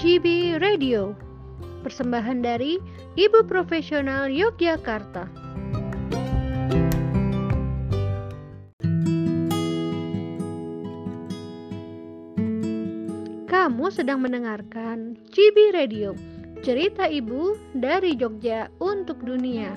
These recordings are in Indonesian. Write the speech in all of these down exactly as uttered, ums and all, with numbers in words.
G B Radio, persembahan dari Ibu Profesional Yogyakarta. Kamu sedang mendengarkan G B Radio, cerita ibu dari Jogja untuk dunia.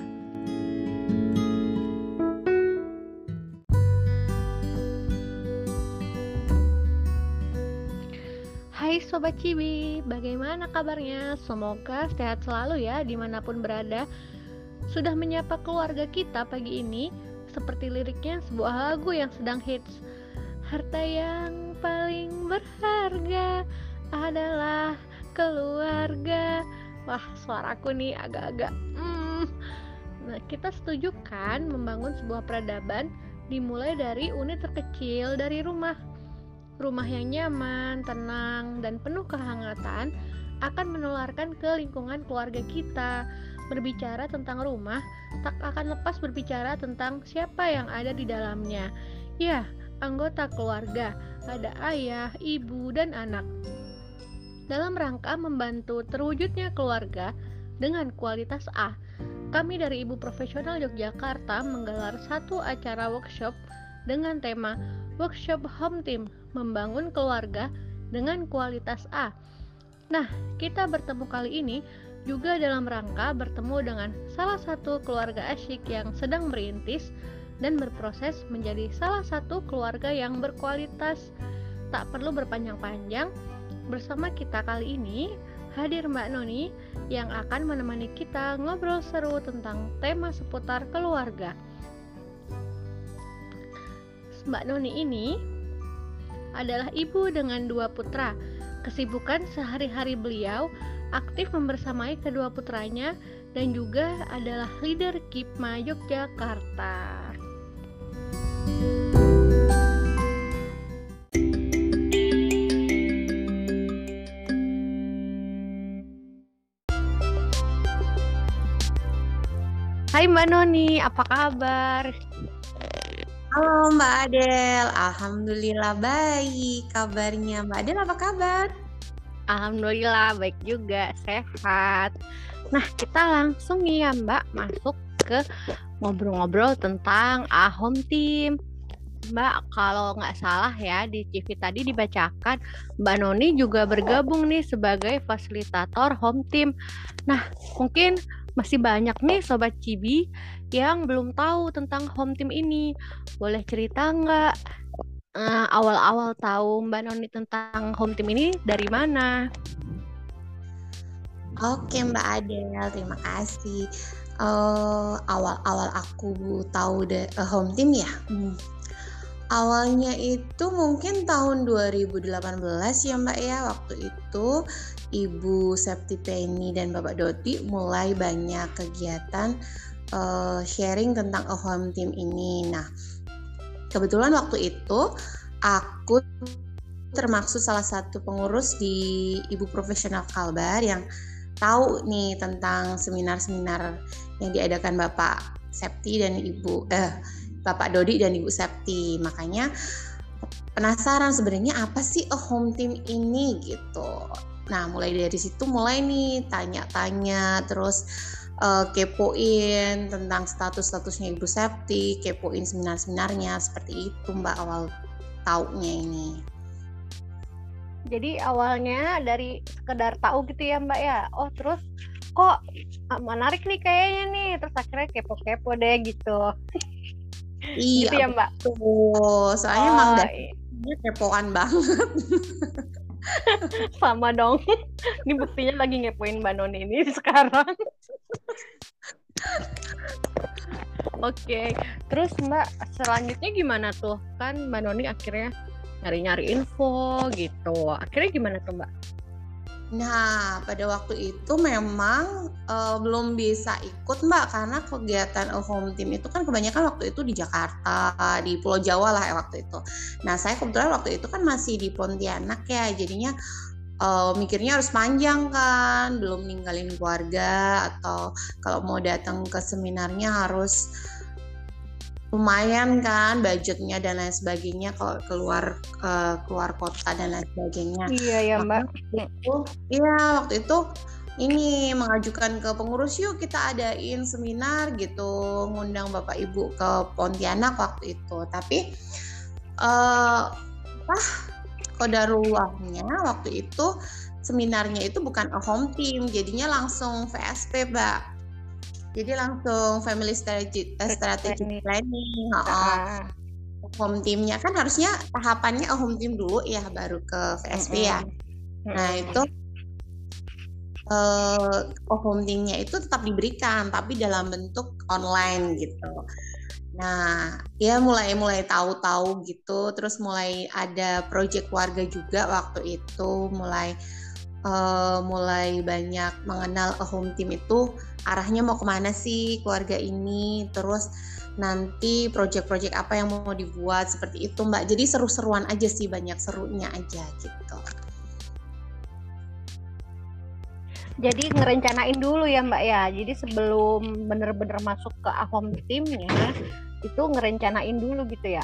Hai Sobat Cibi, bagaimana kabarnya? Semoga sehat selalu ya dimanapun berada. Sudah menyapa keluarga kita pagi ini, seperti liriknya sebuah lagu yang sedang hits. Harta yang paling berharga adalah keluarga. Wah, suaraku nih agak-agak mm. Nah, kita setuju kan membangun sebuah peradaban dimulai dari unit terkecil dari rumah. Rumah yang nyaman, tenang, dan penuh kehangatan akan menularkan ke lingkungan keluarga kita. Berbicara tentang rumah, tak akan lepas berbicara tentang siapa yang ada di dalamnya. Ya, anggota keluarga, ada ayah, ibu, dan anak. Dalam rangka membantu terwujudnya keluarga dengan kualitas A, kami dari Ibu Profesional Yogyakarta menggelar satu acara workshop dengan tema Workshop Home Team, membangun keluarga dengan kualitas A. Nah, kita bertemu kali ini juga dalam rangka bertemu dengan salah satu keluarga asyik yang sedang merintis dan berproses menjadi salah satu keluarga yang berkualitas. Tak perlu berpanjang-panjang, bersama kita kali ini hadir Mbak Noni yang akan menemani kita ngobrol seru tentang tema seputar keluarga. Mbak Noni ini adalah ibu dengan dua putra. Kesibukan sehari-hari beliau aktif membersamai kedua putranya dan juga adalah leader Kipma Yogyakarta. Hai Mbak Noni, apa kabar? Halo Mbak Adel, alhamdulillah baik kabarnya. Mbak Adel apa kabar? Alhamdulillah baik juga, sehat. Nah, kita langsung nih ya Mbak masuk ke ngobrol-ngobrol tentang A Home Team. Mbak, kalau nggak salah ya di C V tadi dibacakan Mbak Noni juga bergabung nih sebagai fasilitator Home Team. Nah, mungkin masih banyak nih Sobat Cibi yang belum tahu tentang Home Team ini. Boleh cerita nggak uh, awal-awal tahu Mbak Noni tentang Home Team ini dari mana? Oke Mbak Adel, terima kasih. Uh, awal-awal aku tahu de- uh, Home Team ya. Hmm. Awalnya itu mungkin tahun dua ribu delapan belas ya Mbak ya. Waktu itu Ibu Septi Penny dan Bapak Dodi mulai banyak kegiatan uh, sharing tentang A Home Team ini. Nah, kebetulan waktu itu aku termasuk salah satu pengurus di Ibu Profesional Kalbar yang tahu nih tentang seminar-seminar yang diadakan Bapak Septi dan Ibu eh Bapak Dodi dan Ibu Septi. Makanya penasaran sebenarnya apa sih A Home Team ini gitu. Nah, mulai dari situ mulai nih tanya-tanya, terus uh, kepoin tentang status-statusnya Ibu Septi, kepoin seminar-seminarnya, seperti itu Mbak awal taunya ini. Jadi awalnya dari sekedar tahu gitu ya Mbak ya. Oh, terus kok menarik nih kayaknya nih, terus akhirnya kepo-kepo deh gitu. Iya, gitu ya Mbak. Tuh, soalnya oh, emang dia kepoan banget. Sama dong. Ini buktinya lagi ngepoin Mbak Noni ini sekarang. Oke, terus Mbak selanjutnya gimana tuh? Kan Mbak Noni akhirnya nyari-nyari info gitu. Akhirnya gimana tuh Mbak? Nah, pada waktu itu memang uh, belum bisa ikut Mbak karena kegiatan A Home Team itu kan kebanyakan waktu itu di Jakarta, di Pulau Jawa lah ya waktu itu. Nah, saya kebetulan waktu itu kan masih di Pontianak ya, jadinya uh, mikirnya harus panjang kan, belum ninggalin keluarga atau kalau mau datang ke seminarnya harus lumayan kan budgetnya dan lain sebagainya kalau keluar uh, keluar kota dan lain sebagainya. Iya ya Mbak. Itu, iya waktu itu ini mengajukan ke pengurus, yuk kita adain seminar gitu, ngundang Bapak Ibu ke Pontianak waktu itu. Tapi uh, apa kodarullahnya waktu itu seminarnya itu bukan a home team, jadinya langsung V S P, Mbak. Jadi langsung family strategy, strategic planning. Oh, home teamnya kan harusnya tahapannya home team dulu ya, baru ke V S P ya. Nah itu uh, home teamnya itu tetap diberikan, tapi dalam bentuk online gitu. Nah, ya mulai-mulai tahu-tahu gitu, terus mulai ada project warga juga waktu itu, mulai Uh, mulai banyak mengenal a home team itu arahnya mau kemana sih keluarga ini, terus nanti project-project apa yang mau dibuat seperti itu Mbak. Jadi seru-seruan aja sih, banyak serunya aja gitu. Jadi ngerencanain dulu ya Mbak ya. Jadi sebelum bener-bener masuk ke a home teamnya itu ngerencanain dulu gitu ya.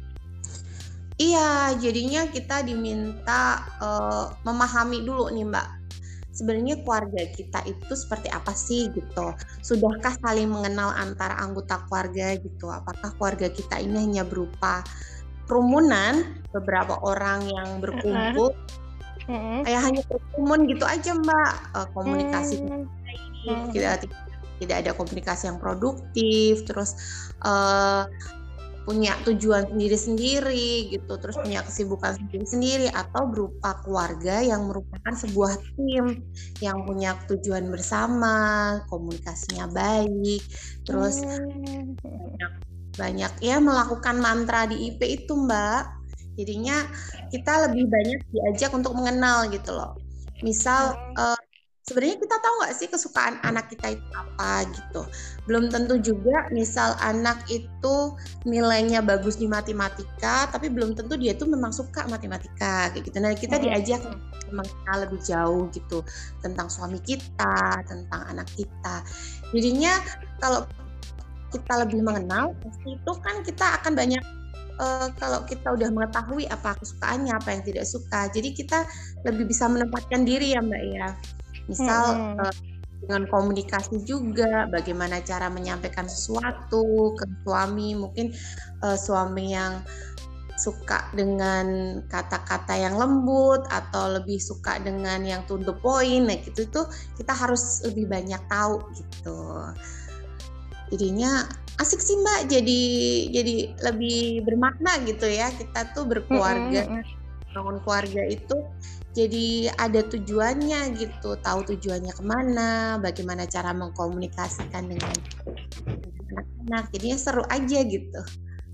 Iya, jadinya kita diminta uh, memahami dulu nih Mbak, sebenarnya keluarga kita itu seperti apa sih gitu. Sudahkah saling mengenal antara anggota keluarga gitu? Apakah keluarga kita ini hanya berupa kerumunan, beberapa orang yang berkumpul, uh-huh. kayak hanya berkerumun gitu aja Mbak, uh, komunikasi uh-huh. tidak, tidak ada komunikasi yang produktif, terus uh, punya tujuan sendiri-sendiri gitu, terus punya kesibukan sendiri-sendiri, atau berupa keluarga yang merupakan sebuah tim yang punya tujuan bersama, komunikasinya baik, terus hmm. banyak, banyak ya melakukan mantra di I P itu Mbak. Jadinya kita lebih banyak diajak untuk mengenal gitu loh. Misal uh, sebenarnya kita tahu nggak sih kesukaan anak kita itu apa gitu. Belum tentu juga misal anak itu nilainya bagus di matematika, tapi belum tentu dia tuh memang suka matematika kayak gitu. Nah kita diajak mengenal lebih jauh gitu tentang suami kita, tentang anak kita. Jadinya kalau kita lebih mengenal, pasti itu kan kita akan banyak uh, kalau kita udah mengetahui apa kesukaannya, apa yang tidak suka. Jadi kita lebih bisa menempatkan diri ya Mbak ya. Misal hmm. uh, dengan komunikasi juga, bagaimana cara menyampaikan sesuatu ke suami, mungkin uh, suami yang suka dengan kata-kata yang lembut atau lebih suka dengan yang to the point, nah gitu tuh kita harus lebih banyak tahu gitu. Jadinya asik sih Mbak, jadi jadi lebih bermakna gitu ya, kita tuh berkeluarga, hmm. bangun keluarga itu jadi ada tujuannya gitu, tahu tujuannya kemana, bagaimana cara mengkomunikasikan dengan anak-anak, jadinya seru aja gitu.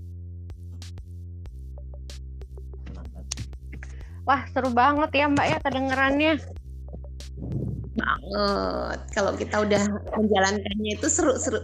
Wah seru banget ya Mbak ya kedengerannya. Banget, kalau kita udah menjalankannya itu seru-seru.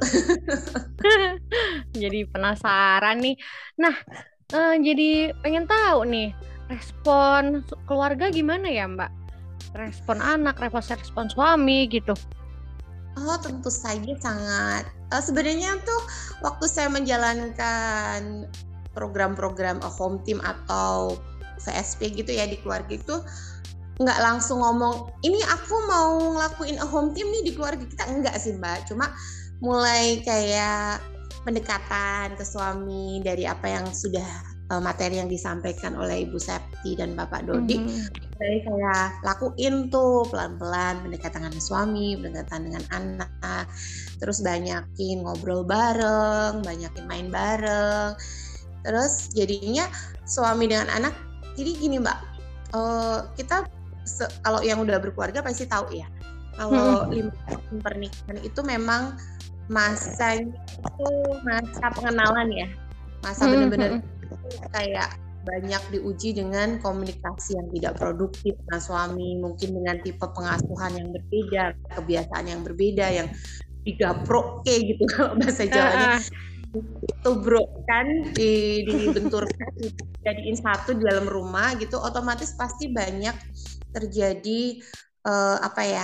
Jadi penasaran nih. Nah, eh, jadi pengen tahu nih, respon keluarga gimana ya Mbak? Respon anak, respon, respon suami gitu. Oh tentu saja sangat. Uh, sebenarnya tuh waktu saya menjalankan program-program home team atau V S P gitu ya di keluarga itu, nggak langsung ngomong, ini aku mau ngelakuin a home team nih di keluarga kita, enggak sih Mbak. Cuma mulai kayak pendekatan ke suami dari apa yang sudah materi yang disampaikan oleh Ibu Septi dan Bapak Dodi, mm-hmm. saya saya lakuin tuh pelan-pelan pendekatan dengan suami, pendekatan dengan anak, terus banyakin ngobrol bareng, banyakin main bareng, terus jadinya suami dengan anak, jadi gini Mbak, uh, kita se- kalau yang udah berkeluarga pasti tahu ya, kalau mm-hmm. lima tahun pernikahan itu memang masanya itu masa pengenalan ya, masa mm-hmm. benar-benar kayak banyak diuji dengan komunikasi yang tidak produktif. Nah suami mungkin dengan tipe pengasuhan yang berbeda, kebiasaan yang berbeda, yang digaprok kayak gitu kalau bahasa Jawanya, itu bro kan di, dibenturkan dijadiin satu di dalam rumah gitu, otomatis pasti banyak terjadi uh, apa ya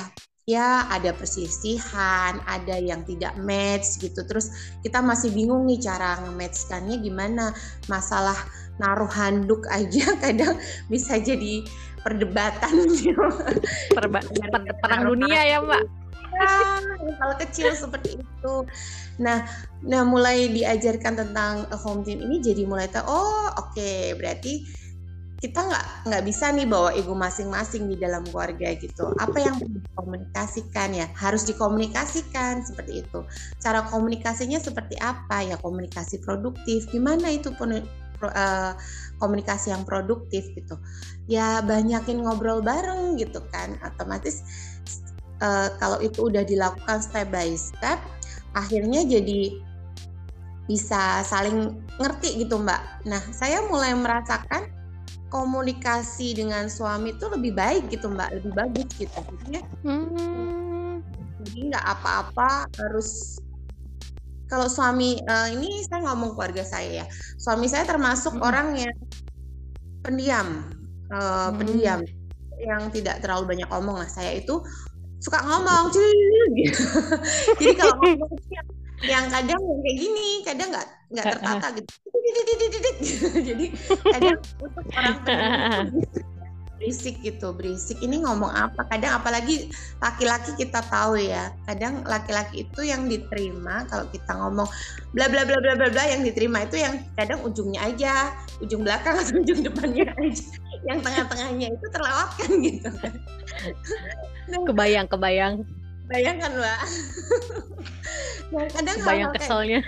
ya ada perselisihan, ada yang tidak match gitu. Terus kita masih bingung nih cara nge-match-kannya gimana. Masalah naruh handuk aja kadang bisa jadi perdebatan gitu. Perba- per- perang dunia ya Mbak. Ya, hal kecil seperti itu. Nah, nah mulai diajarkan tentang home team ini jadi mulai tahu, oh oke okay, berarti kita nggak nggak bisa nih bawa ego masing-masing di dalam keluarga gitu. Apa yang perlu dikomunikasikan ya harus dikomunikasikan seperti itu. Cara komunikasinya seperti apa ya, komunikasi produktif. Gimana itu pun uh, komunikasi yang produktif gitu. Ya banyakin ngobrol bareng gitu kan. Otomatis uh, kalau itu udah dilakukan step by step, akhirnya jadi bisa saling ngerti gitu Mbak. Nah saya mulai merasakan komunikasi dengan suami itu lebih baik gitu Mbak, lebih bagus gitu. Jadinya, hmm. jadi nggak apa-apa harus, kalau suami uh, ini saya ngomong keluarga saya ya, suami saya termasuk hmm. orang yang pendiam, uh, hmm. pendiam, yang tidak terlalu banyak omong lah. Saya itu suka ngomong, gitu. Jadi kalau ngomong yang kadang yang kayak gini, kadang nggak nggak tertata gitu. Jadi kadang untuk orang pendiam berisik gitu, berisik ini ngomong apa. Kadang apalagi laki-laki kita tahu ya, kadang laki-laki itu yang diterima kalau kita ngomong bla bla bla bla bla bla, yang diterima itu yang kadang ujungnya aja, ujung belakang atau ujung depannya aja, yang tengah-tengahnya itu terlewatkan gitu kan. Nah, kebayang kebayang bayangkan Mbak. Nah, kadang kebayang keselnya.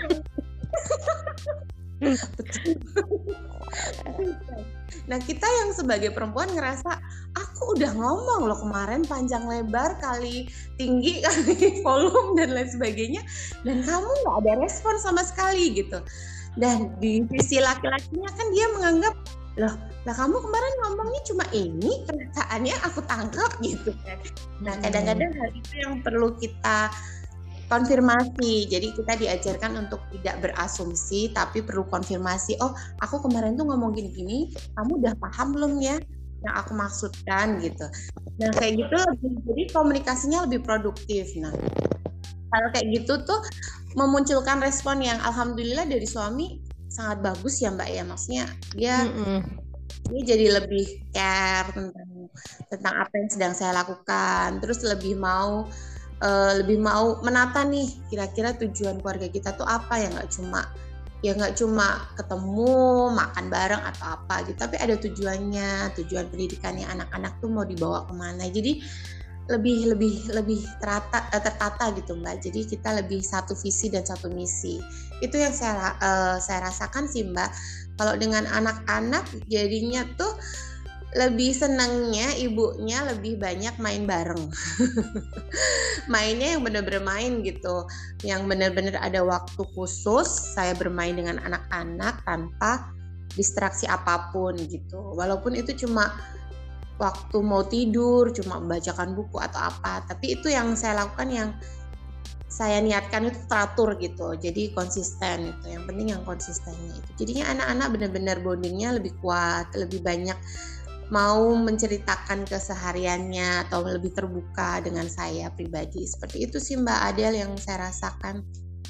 Nah kita yang sebagai perempuan ngerasa aku udah ngomong loh kemarin panjang lebar kali tinggi kali volume dan lain sebagainya, dan kamu nggak ada respon sama sekali gitu. Dan di sisi laki-lakinya kan dia menganggap loh lah kamu kemarin ngomongnya cuma ini, kenyataannya aku tangkap gitu kan. Nah kadang-kadang hal itu yang perlu kita konfirmasi. Jadi kita diajarkan untuk tidak berasumsi tapi perlu konfirmasi. Oh aku kemarin tuh ngomong gini-gini, kamu udah paham belum ya yang aku maksudkan gitu. Nah kayak gitu lebih, jadi komunikasinya lebih produktif. Nah kalau kayak gitu tuh memunculkan respon yang alhamdulillah dari suami sangat bagus ya Mbak ya. Maksudnya dia mm-mm. Ini jadi lebih care tentang tentang apa yang sedang saya lakukan, terus lebih mau uh, lebih mau menata nih kira-kira tujuan keluarga kita tuh apa, ya nggak cuma ya nggak cuma ketemu makan bareng atau apa gitu, tapi ada tujuannya, tujuan pendidikannya anak-anak tuh mau dibawa kemana. Jadi lebih lebih lebih terata, tertata gitu Mbak. Jadi kita lebih satu visi dan satu misi. Itu yang saya uh, saya rasakan sih Mbak. Kalau dengan anak-anak jadinya tuh lebih senangnya ibunya lebih banyak main bareng. Mainnya yang benar-benar main gitu, yang benar-benar ada waktu khusus saya bermain dengan anak-anak tanpa distraksi apapun gitu. Walaupun itu cuma waktu mau tidur, cuma membacakan buku atau apa, tapi itu yang saya lakukan, yang saya niatkan itu teratur gitu, jadi konsisten itu. Yang penting yang konsistennya itu. Jadinya anak-anak benar-benar bondingnya lebih kuat, lebih banyak mau menceritakan kesehariannya atau lebih terbuka dengan saya pribadi. Seperti itu sih Mbak Adel yang saya rasakan.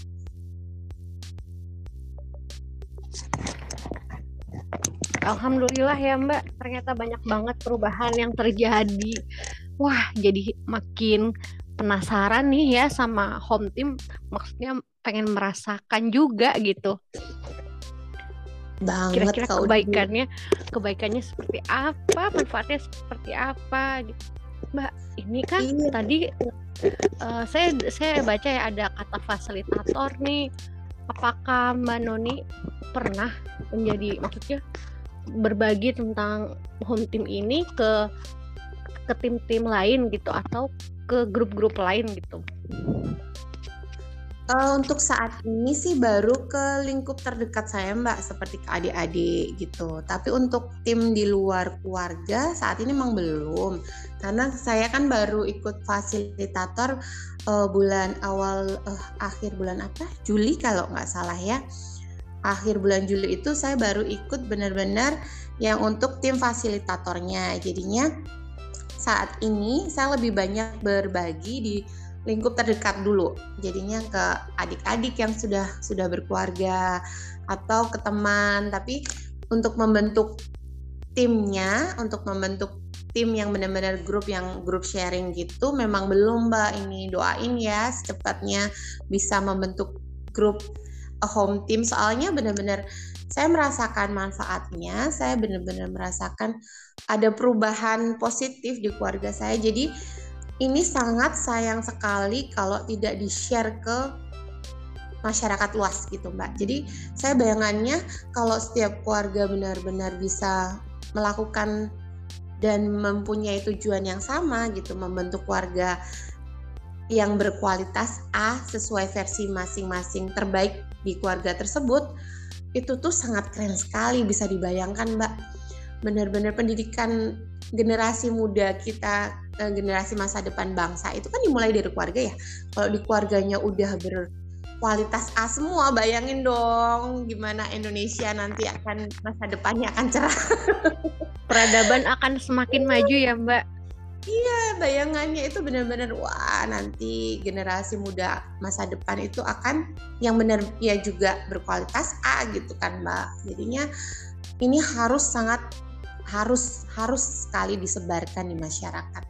Alhamdulillah ya Mbak, ternyata banyak banget perubahan yang terjadi. Wah, jadi makin penasaran nih ya sama home team, maksudnya pengen merasakan juga gitu. Banget. Kira-kira kebaikannya kebaikannya seperti apa, manfaatnya seperti apa gitu. Mbak, ini kan iya. tadi uh, saya saya baca ya ada kata fasilitator nih. Apakah Mbak Noni pernah menjadi, maksudnya berbagi tentang home team ini ke ke tim-tim lain gitu atau ke grup-grup lain gitu? Uh, untuk saat ini sih baru ke lingkup terdekat saya Mbak, seperti ke adik-adik gitu. Tapi untuk tim di luar keluarga saat ini memang belum, karena saya kan baru ikut fasilitator uh, bulan awal uh, akhir bulan apa Juli kalau nggak salah ya. Akhir bulan Juli itu saya baru ikut benar-benar yang untuk tim fasilitatornya. Jadinya saat ini saya lebih banyak berbagi di lingkup terdekat dulu. Jadinya ke adik-adik yang sudah sudah berkeluarga atau ke teman, tapi untuk membentuk timnya, untuk membentuk tim yang benar-benar grup yang grup sharing gitu memang belum Mbak. Ini doain ya secepatnya bisa membentuk grup a home team, soalnya benar-benar saya merasakan manfaatnya, saya benar-benar merasakan ada perubahan positif di keluarga saya. Jadi ini sangat sayang sekali kalau tidak di-share ke masyarakat luas gitu Mbak. Jadi saya bayangannya kalau setiap keluarga benar-benar bisa melakukan dan mempunyai tujuan yang sama gitu, membentuk keluarga yang berkualitas A sesuai versi masing-masing terbaik di keluarga tersebut, itu tuh sangat keren sekali. Bisa dibayangkan Mbak, benar-benar pendidikan generasi muda kita, generasi masa depan bangsa itu kan dimulai dari keluarga ya. Kalau di keluarganya udah berkualitas A semua, bayangin dong gimana Indonesia nanti akan, masa depannya akan cerah. Peradaban akan semakin maju ya Mbak. Iya, bayangannya itu benar-benar wah, nanti generasi muda masa depan itu akan yang benar ya juga berkualitas A gitu kan Mbak. Jadinya ini harus sangat harus harus sekali disebarkan di masyarakat.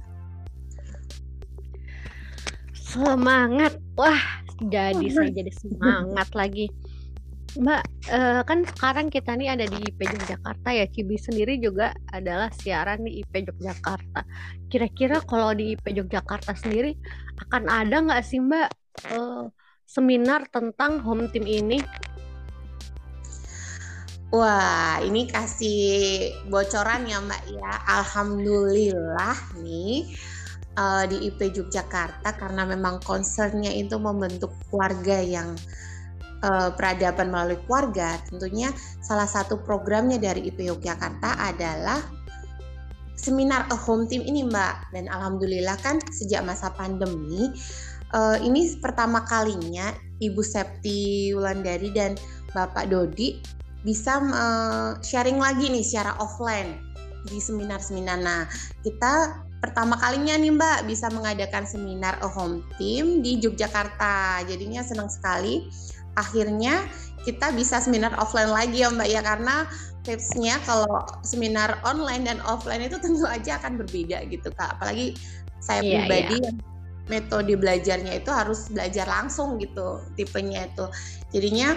Semangat, wah jadi saya jadi semangat lagi. Mbak, eh, kan sekarang kita nih ada di I P Yogyakarta ya, Cibi sendiri juga adalah siaran di I P Yogyakarta. Kira-kira kalau di I P Yogyakarta sendiri akan ada nggak sih Mbak eh, seminar tentang home team ini? Wah, ini kasih bocoran ya Mbak ya. Alhamdulillah nih uh, di I P Yogyakarta, karena memang concernnya itu membentuk keluarga yang uh, peradaban melalui keluarga. Tentunya salah satu programnya dari I P Yogyakarta adalah seminar a home team ini Mbak. Dan alhamdulillah kan sejak masa pandemi uh, ini pertama kalinya Ibu Septi Wulandari dan Bapak Dodi bisa uh, sharing lagi nih secara offline di seminar-seminar. Nah, kita pertama kalinya nih Mbak bisa mengadakan seminar a home team di Yogyakarta. Jadinya senang sekali. Akhirnya kita bisa seminar offline lagi ya Mbak ya, karena tipsnya kalau seminar online dan offline itu tentu aja akan berbeda gitu Kak. Apalagi saya Iya, pribadi iya. yang metode belajarnya itu harus belajar langsung gitu tipenya itu. Jadinya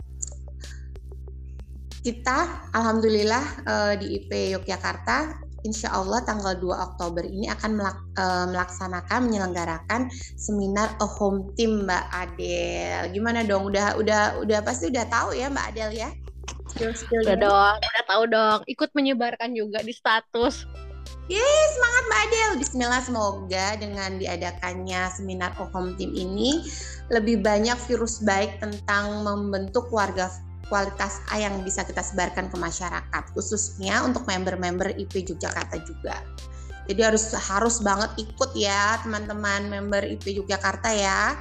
kita alhamdulillah uh, di I P Yogyakarta insya Allah tanggal dua Oktober ini akan melak- uh, melaksanakan menyelenggarakan seminar a home team Mbak Adel. Gimana dong? Udah udah udah pasti udah tahu ya Mbak Adel ya? Udah dong, udah tahu dong. Ikut menyebarkan juga di status. Yeay, semangat Mbak Adel. Bismillah, semoga dengan diadakannya seminar a home team ini lebih banyak virus baik tentang membentuk keluarga kualitas A yang bisa kita sebarkan ke masyarakat, khususnya untuk member-member I P Yogyakarta juga. Jadi harus harus banget ikut ya teman-teman member I P Yogyakarta ya.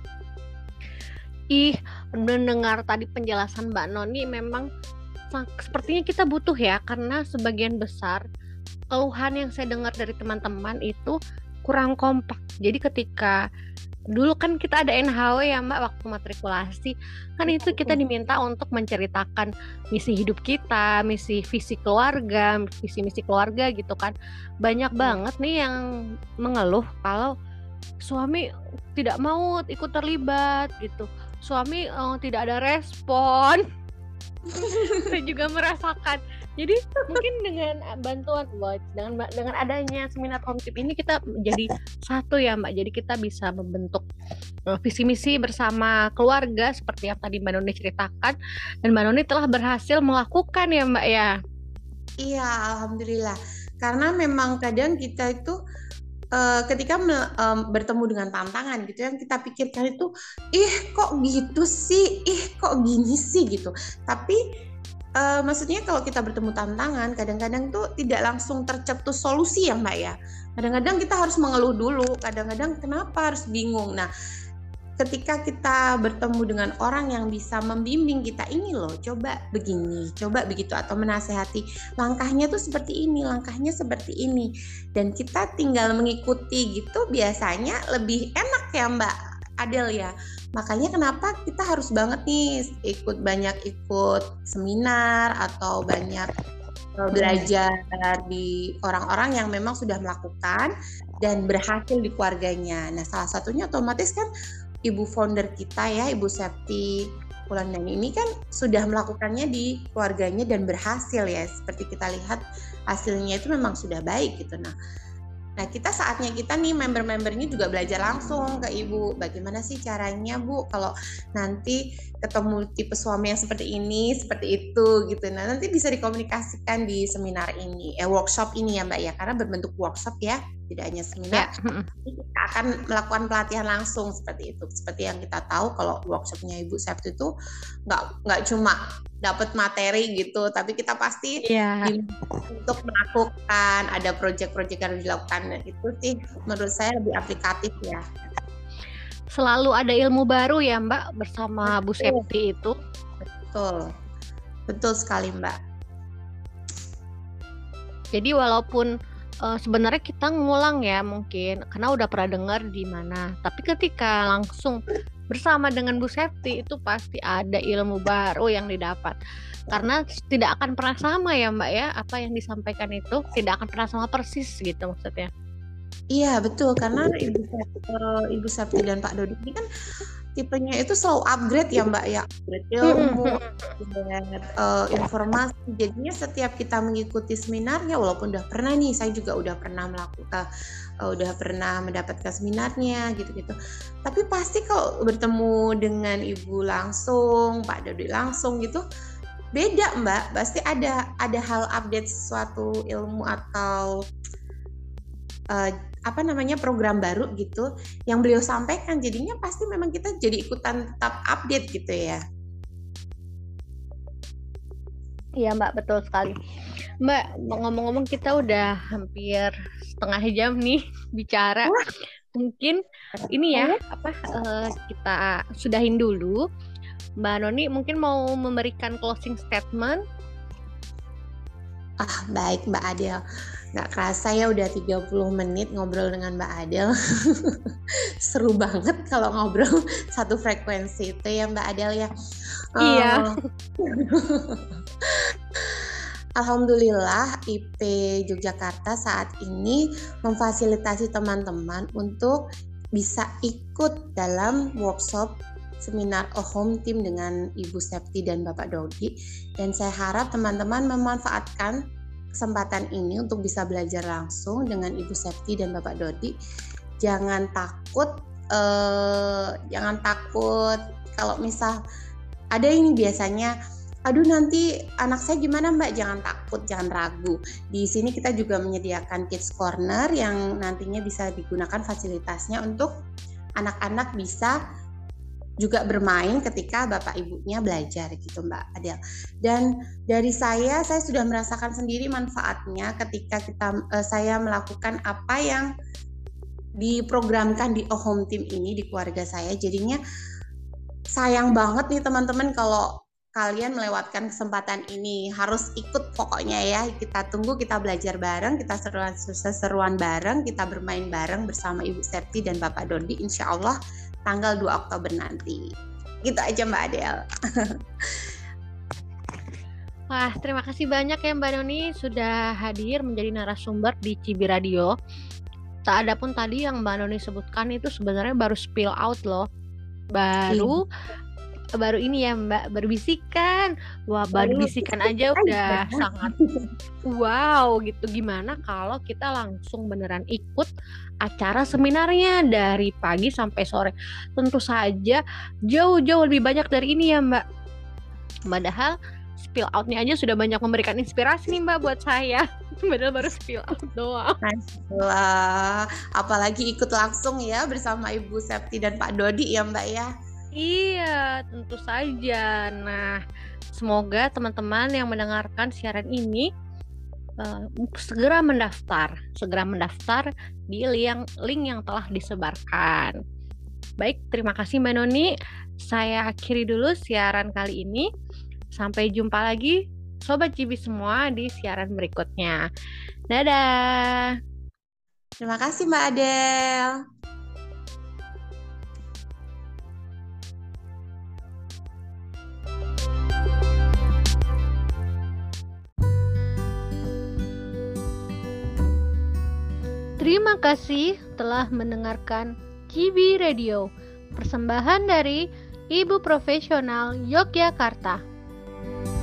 Ih, mendengar tadi penjelasan Mbak Noni memang sepertinya kita butuh ya, karena sebagian besar keluhan yang saya dengar dari teman-teman itu kurang kompak. Jadi ketika dulu kan kita ada N H W ya Mbak waktu matrikulasi, kan itu kita diminta untuk menceritakan misi hidup kita, misi visi keluarga, visi misi keluarga gitu kan. Banyak banget nih yang mengeluh kalau suami tidak mau ikut terlibat gitu, suami uh, tidak ada respon. Saya juga merasakan. Jadi mungkin dengan bantuan Mbak, dengan dengan adanya seminar home team ini kita jadi satu ya Mbak. Jadi kita bisa membentuk uh, visi misi bersama keluarga seperti yang tadi Mbak Noni ceritakan, dan Mbak Noni telah berhasil melakukan ya Mbak ya. Iya, alhamdulillah. Karena memang kadang kita itu uh, ketika me- um, bertemu dengan tantangan gitu yang kita pikirkan itu, ih kok gitu sih, ih kok gini sih gitu. Tapi Uh, maksudnya kalau kita bertemu tantangan, kadang-kadang tuh tidak langsung tercetus solusi ya Mbak ya. Kadang-kadang kita harus mengeluh dulu, kadang-kadang kenapa harus bingung. Nah, ketika kita bertemu dengan orang yang bisa membimbing kita, ini loh, coba begini, coba begitu, atau menasehati, langkahnya tuh seperti ini, langkahnya seperti ini, dan kita tinggal mengikuti gitu, biasanya lebih enak ya Mbak Adel ya. Makanya kenapa kita harus banget nih ikut banyak ikut seminar atau banyak belajar di orang-orang yang memang sudah melakukan dan berhasil di keluarganya. Nah, salah satunya otomatis kan ibu founder kita ya, Ibu Septi Wulandari ini kan sudah melakukannya di keluarganya dan berhasil ya. Seperti kita lihat hasilnya itu memang sudah baik gitu. Nah, Nah, kita saatnya kita nih member-membernya juga belajar langsung ke Ibu. Bagaimana sih caranya, Bu, kalau nanti ketemu tipe suami yang seperti ini, seperti itu gitu. Nah, nanti bisa dikomunikasikan di seminar ini, eh workshop ini ya, Mbak ya, karena berbentuk workshop ya, tidak hanya seminar. Ya. Kita akan melakukan pelatihan langsung seperti itu. Seperti yang kita tahu kalau workshopnya Ibu Septi itu nggak nggak cuma dapat materi gitu, tapi kita pasti yeah. untuk melakukan ada proyek-proyek yang dilakukan. Nah, itu sih menurut saya lebih aplikatif ya. Selalu ada ilmu baru ya Mbak bersama Betul. Bu Septi itu. Betul, betul sekali Mbak. Jadi walaupun uh, sebenarnya kita ngulang ya mungkin karena udah pernah dengar di mana, tapi ketika langsung bersama dengan Bu Septi itu pasti ada ilmu baru yang didapat, karena tidak akan pernah sama ya Mbak ya, apa yang disampaikan itu tidak akan pernah sama persis gitu maksudnya. Iya betul, karena Ibu Septi, Ibu Septi dan Pak Dodi ini kan tipenya itu selalu upgrade ya Mbak ya, upgrade ilmu, upgrade uh, informasi. Jadinya setiap kita mengikuti seminarnya, walaupun udah pernah nih, saya juga udah pernah melakukan, uh, udah pernah mendapatkan seminarnya gitu-gitu. Tapi pasti kalau bertemu dengan Ibu langsung, Pak Dodi langsung gitu, beda Mbak. Pasti ada ada hal update sesuatu ilmu atau uh, apa namanya program baru gitu yang beliau sampaikan, jadinya pasti memang kita jadi ikutan tetap update gitu ya. Iya Mbak, betul sekali Mbak. Ngomong-ngomong kita udah hampir setengah jam nih bicara. Wah. Mungkin ini ya apa uh, kita sudahin dulu. Mbak Noni mungkin mau memberikan closing statement. Ah baik Mbak Adel, nggak kerasa ya udah tiga puluh menit ngobrol dengan Mbak Adel. Seru banget kalau ngobrol satu frekuensi itu ya Mbak Adel ya. Iya. Uh, Alhamdulillah I P Yogyakarta saat ini memfasilitasi teman-teman untuk bisa ikut dalam workshop seminar A Home Team dengan Ibu Septi dan Bapak Dodi, dan saya harap teman-teman memanfaatkan kesempatan ini untuk bisa belajar langsung dengan Ibu Septi dan Bapak Dodi. Jangan takut, eh, jangan takut kalau misal ada ini biasanya, aduh nanti anak saya gimana Mbak, jangan takut, jangan ragu. Di sini kita juga menyediakan Kids Corner yang nantinya bisa digunakan fasilitasnya untuk anak-anak bisa juga bermain ketika bapak ibunya belajar gitu Mbak Adel. Dan dari saya, saya sudah merasakan sendiri manfaatnya ketika kita uh, saya melakukan apa yang diprogramkan di A Home Team ini di keluarga saya. Jadinya sayang banget nih teman-teman kalau kalian melewatkan kesempatan ini. Harus ikut pokoknya ya. Kita tunggu, kita belajar bareng, kita seruan-seruan bareng, kita bermain bareng bersama Ibu Septi dan Bapak Dodi insya Allah tanggal dua Oktober nanti. Gitu aja Mbak Adel. Wah, terima kasih banyak ya Mbak Noni sudah hadir menjadi narasumber di Cibi Radio. Tak ada pun tadi yang Mbak Noni sebutkan itu sebenarnya baru spill out loh. Baru hmm. baru ini ya Mbak, baru bisikan. Wah, baru bisikan aja udah sangat wow gitu. Gimana kalau kita langsung beneran ikut acara seminarnya dari pagi sampai sore? Tentu saja jauh-jauh lebih banyak dari ini ya Mbak. Padahal spill out-nya aja sudah banyak memberikan inspirasi nih Mbak buat saya. Padahal baru spill out doang. Wah, apalagi ikut langsung ya bersama Ibu Septi dan Pak Dodi ya Mbak ya. Iya, tentu saja. Nah, semoga teman-teman yang mendengarkan siaran ini Uh, segera mendaftar, segera mendaftar di link, link yang telah disebarkan. Baik, terima kasih Mbak Noni. Saya akhiri dulu siaran kali ini. Sampai jumpa lagi Sobat Cibi semua di siaran berikutnya. Dadah. Terima kasih Mbak Adel. Terima kasih telah mendengarkan Cibi Radio, persembahan dari Ibu Profesional Yogyakarta.